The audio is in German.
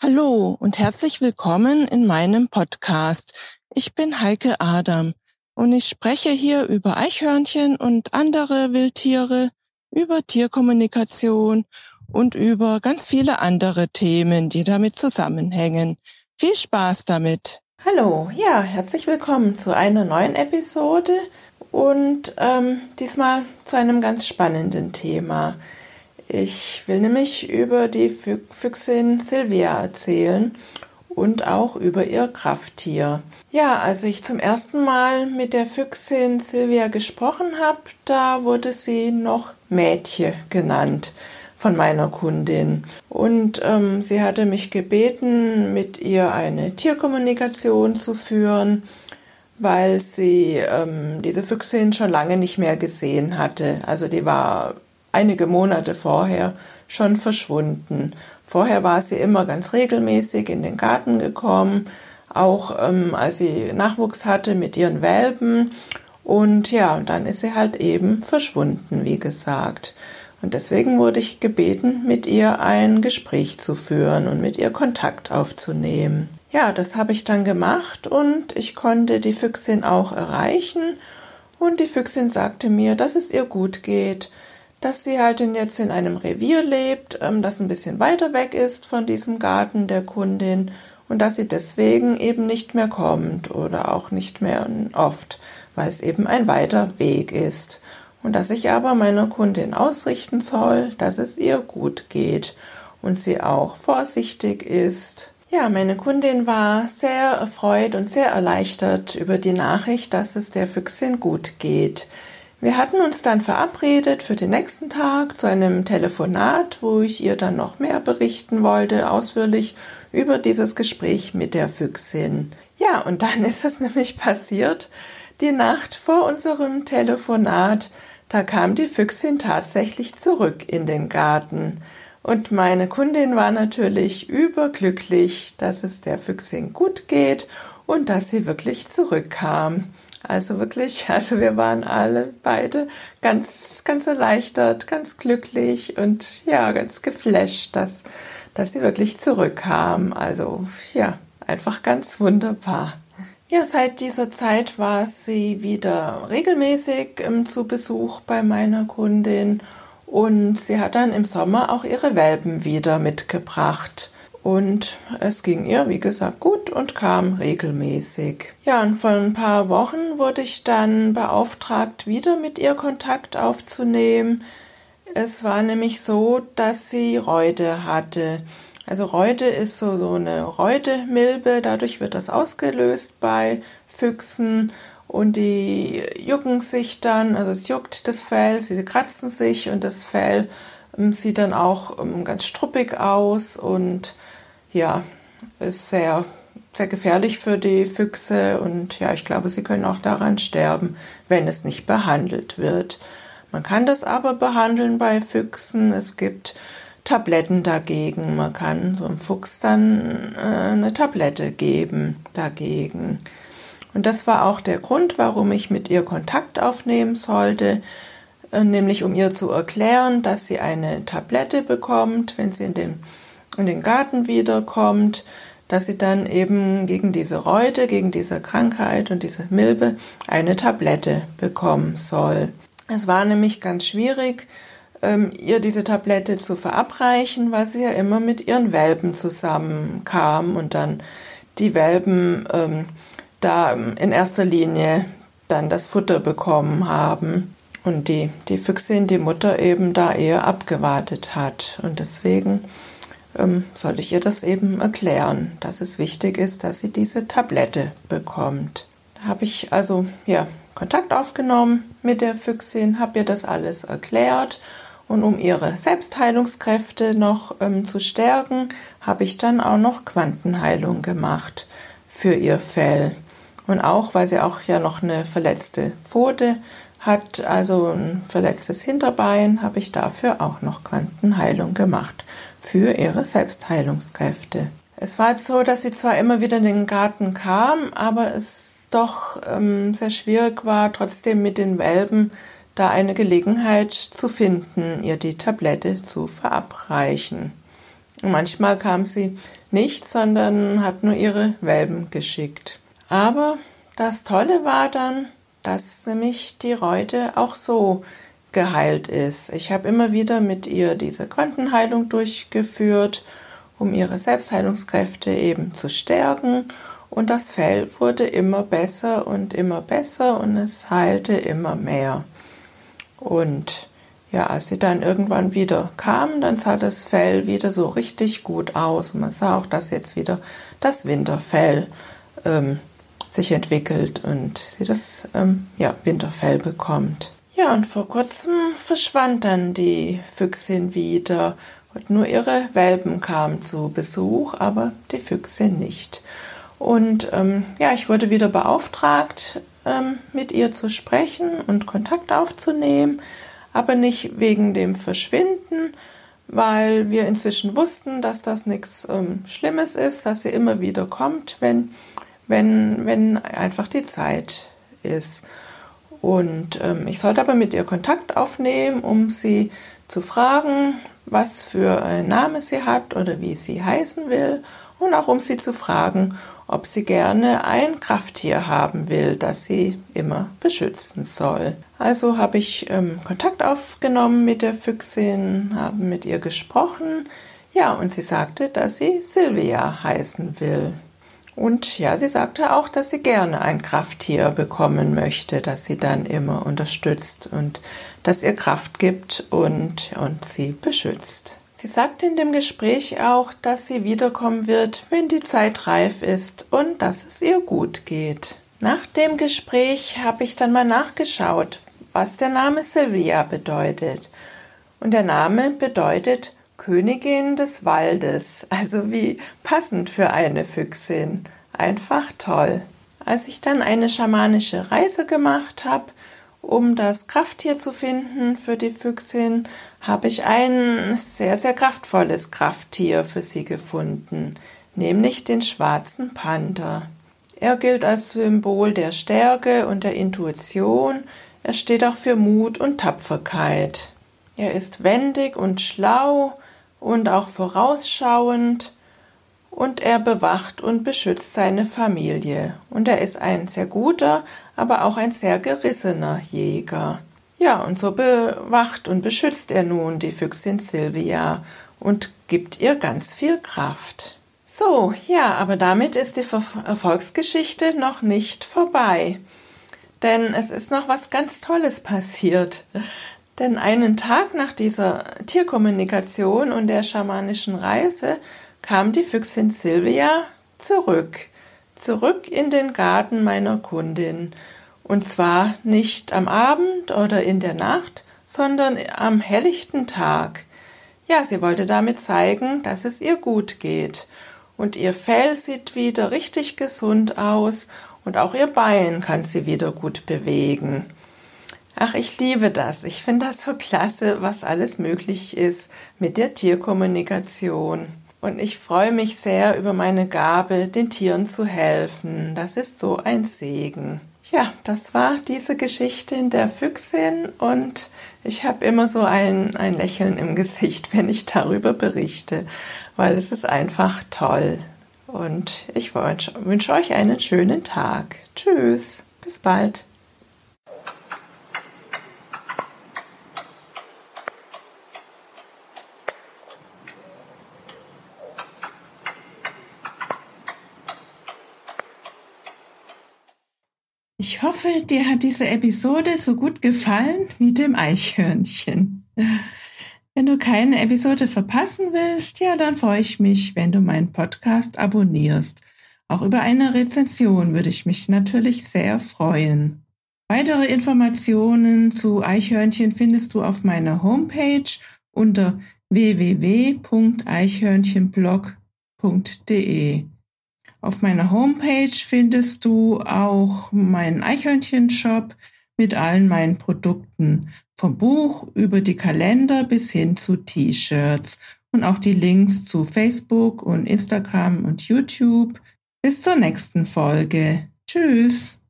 Hallo und herzlich willkommen in meinem Podcast. Ich bin Heike Adam und ich spreche hier über Eichhörnchen und andere Wildtiere, über Tierkommunikation und über ganz viele andere Themen, die damit zusammenhängen. Viel Spaß damit! Hallo, ja, herzlich willkommen zu einer neuen Episode und diesmal zu einem ganz spannenden Thema. Ich will nämlich über die Füchsin Silvia erzählen und auch über ihr Krafttier. Ja, als ich zum ersten Mal mit der Füchsin Silvia gesprochen habe, da wurde sie noch Mädchen genannt von meiner Kundin. Und sie hatte mich gebeten, mit ihr eine Tierkommunikation zu führen, weil sie diese Füchsin schon lange nicht mehr gesehen hatte. Also die war einige Monate vorher schon verschwunden. Vorher war sie immer ganz regelmäßig in den Garten gekommen, auch als sie Nachwuchs hatte mit ihren Welpen. Und ja, dann ist sie halt eben verschwunden, wie gesagt. Und deswegen wurde ich gebeten, mit ihr ein Gespräch zu führen und mit ihr Kontakt aufzunehmen. Ja, das habe ich dann gemacht und ich konnte die Füchsin auch erreichen. Und die Füchsin sagte mir, dass es ihr gut geht, dass sie halt jetzt in einem Revier lebt, das ein bisschen weiter weg ist von diesem Garten der Kundin und dass sie deswegen eben nicht mehr kommt oder auch nicht mehr oft, weil es eben ein weiter Weg ist. Und dass ich aber meiner Kundin ausrichten soll, dass es ihr gut geht und sie auch vorsichtig ist. Ja, meine Kundin war sehr erfreut und sehr erleichtert über die Nachricht, dass es der Füchsin gut geht. Wir hatten uns dann verabredet für den nächsten Tag zu einem Telefonat, wo ich ihr dann noch mehr berichten wollte, ausführlich über dieses Gespräch mit der Füchsin. Ja, und dann ist es nämlich passiert, die Nacht vor unserem Telefonat, da kam die Füchsin tatsächlich zurück in den Garten. Und meine Kundin war natürlich überglücklich, dass es der Füchsin gut geht und dass sie wirklich zurückkam. Also wir waren alle beide ganz erleichtert, ganz glücklich und ja, ganz geflasht, dass sie wirklich zurückkam. Also ja, einfach ganz wunderbar. Ja, seit dieser Zeit war sie wieder regelmäßig zu Besuch bei meiner Kundin und sie hat dann im Sommer auch ihre Welpen wieder mitgebracht. Und es ging ihr, wie gesagt, gut und kam regelmäßig. Ja, und vor ein paar Wochen wurde ich dann beauftragt, wieder mit ihr Kontakt aufzunehmen. Es war nämlich so, dass sie Räute hatte. Also Räute ist so eine Räutemilbe, dadurch wird das ausgelöst bei Füchsen und die jucken sich dann, also es juckt das Fell, sie kratzen sich und das Fell sieht dann auch ganz struppig aus und ja, ist sehr, sehr gefährlich für die Füchse und ja, ich glaube, sie können auch daran sterben, wenn es nicht behandelt wird. Man kann das aber behandeln bei Füchsen. Es gibt Tabletten dagegen. Man kann so einem Fuchs dann eine Tablette geben dagegen. Und das war auch der Grund, warum ich mit ihr Kontakt aufnehmen sollte, nämlich um ihr zu erklären, dass sie eine Tablette bekommt, wenn sie in den Garten wiederkommt, dass sie dann eben gegen diese Räute, gegen diese Krankheit und diese Milbe eine Tablette bekommen soll. Es war nämlich ganz schwierig, ihr diese Tablette zu verabreichen, weil sie ja immer mit ihren Welpen zusammenkam und dann die Welpen da in erster Linie dann das Futter bekommen haben und die Füchsin, die Mutter eben da eher abgewartet hat. Und deswegen sollte ich ihr das eben erklären, dass es wichtig ist, dass sie diese Tablette bekommt. Da habe ich also Kontakt aufgenommen mit der Füchsin, habe ihr das alles erklärt und um ihre Selbstheilungskräfte noch zu stärken, habe ich dann auch noch Quantenheilung gemacht für ihr Fell. Und auch, weil sie auch ja noch eine verletzte Pfote hat, also ein verletztes Hinterbein, habe ich dafür auch noch Quantenheilung gemacht für ihre Selbstheilungskräfte. Es war jetzt so, dass sie zwar immer wieder in den Garten kam, aber es doch sehr schwierig war, trotzdem mit den Welpen da eine Gelegenheit zu finden, ihr die Tablette zu verabreichen. Und manchmal kam sie nicht, sondern hat nur ihre Welpen geschickt. Aber das Tolle war dann, dass nämlich die Reute auch so geheilt ist. Ich habe immer wieder mit ihr diese Quantenheilung durchgeführt, um ihre Selbstheilungskräfte eben zu stärken. Und das Fell wurde immer besser und es heilte immer mehr. Und ja, als sie dann irgendwann wieder kam, dann sah das Fell wieder so richtig gut aus. Und man sah auch, dass jetzt wieder das Winterfell sich entwickelt und sie das Winterfell bekommt. Ja, und vor kurzem verschwand dann die Füchsin wieder und nur ihre Welpen kamen zu Besuch, aber die Füchsin nicht. Und ich wurde wieder beauftragt, mit ihr zu sprechen und Kontakt aufzunehmen, aber nicht wegen dem Verschwinden, weil wir inzwischen wussten, dass das nichts Schlimmes ist, dass sie immer wieder kommt, wenn einfach die Zeit ist. Und ich sollte aber mit ihr Kontakt aufnehmen, um sie zu fragen, was für einen Namen sie hat oder wie sie heißen will, und auch um sie zu fragen, ob sie gerne ein Krafttier haben will, das sie immer beschützen soll. Also habe ich Kontakt aufgenommen mit der Füchsin, habe mit ihr gesprochen, ja, und sie sagte, dass sie Silvia heißen will. Und ja, sie sagte auch, dass sie gerne ein Krafttier bekommen möchte, das sie dann immer unterstützt und das ihr Kraft gibt und sie beschützt. Sie sagte in dem Gespräch auch, dass sie wiederkommen wird, wenn die Zeit reif ist und dass es ihr gut geht. Nach dem Gespräch habe ich dann mal nachgeschaut, was der Name Silvia bedeutet. Und der Name bedeutet Königin des Waldes, also wie passend für eine Füchsin. Einfach toll. Als ich dann eine schamanische Reise gemacht habe, um das Krafttier zu finden für die Füchsin, habe ich ein sehr, sehr kraftvolles Krafttier für sie gefunden, nämlich den schwarzen Panther. Er gilt als Symbol der Stärke und der Intuition. Er steht auch für Mut und Tapferkeit. Er ist wendig und schlau und auch vorausschauend und er bewacht und beschützt seine Familie. Und er ist ein sehr guter, aber auch ein sehr gerissener Jäger. Ja, und so bewacht und beschützt er nun die Füchsin Silvia und gibt ihr ganz viel Kraft. So, ja, aber damit ist die Erfolgsgeschichte noch nicht vorbei. Denn es ist noch was ganz Tolles passiert. Denn einen Tag nach dieser Tierkommunikation und der schamanischen Reise kam die Füchsin Silvia zurück in den Garten meiner Kundin. Und zwar nicht am Abend oder in der Nacht, sondern am helllichten Tag. Ja, sie wollte damit zeigen, dass es ihr gut geht. Und ihr Fell sieht wieder richtig gesund aus und auch ihr Bein kann sie wieder gut bewegen. Ach, ich liebe das. Ich finde das so klasse, was alles möglich ist mit der Tierkommunikation. Und ich freue mich sehr über meine Gabe, den Tieren zu helfen. Das ist so ein Segen. Ja, das war diese Geschichte in der Füchsin und ich habe immer so ein Lächeln im Gesicht, wenn ich darüber berichte, weil es ist einfach toll. Und ich wünsche euch einen schönen Tag. Tschüss, bis bald. Ich hoffe, dir hat diese Episode so gut gefallen wie dem Eichhörnchen. Wenn du keine Episode verpassen willst, ja, dann freue ich mich, wenn du meinen Podcast abonnierst. Auch über eine Rezension würde ich mich natürlich sehr freuen. Weitere Informationen zu Eichhörnchen findest du auf meiner Homepage unter www.eichhörnchenblog.de. Auf meiner Homepage findest du auch meinen Eichhörnchen-Shop mit allen meinen Produkten, vom Buch über die Kalender bis hin zu T-Shirts und auch die Links zu Facebook und Instagram und YouTube. Bis zur nächsten Folge. Tschüss!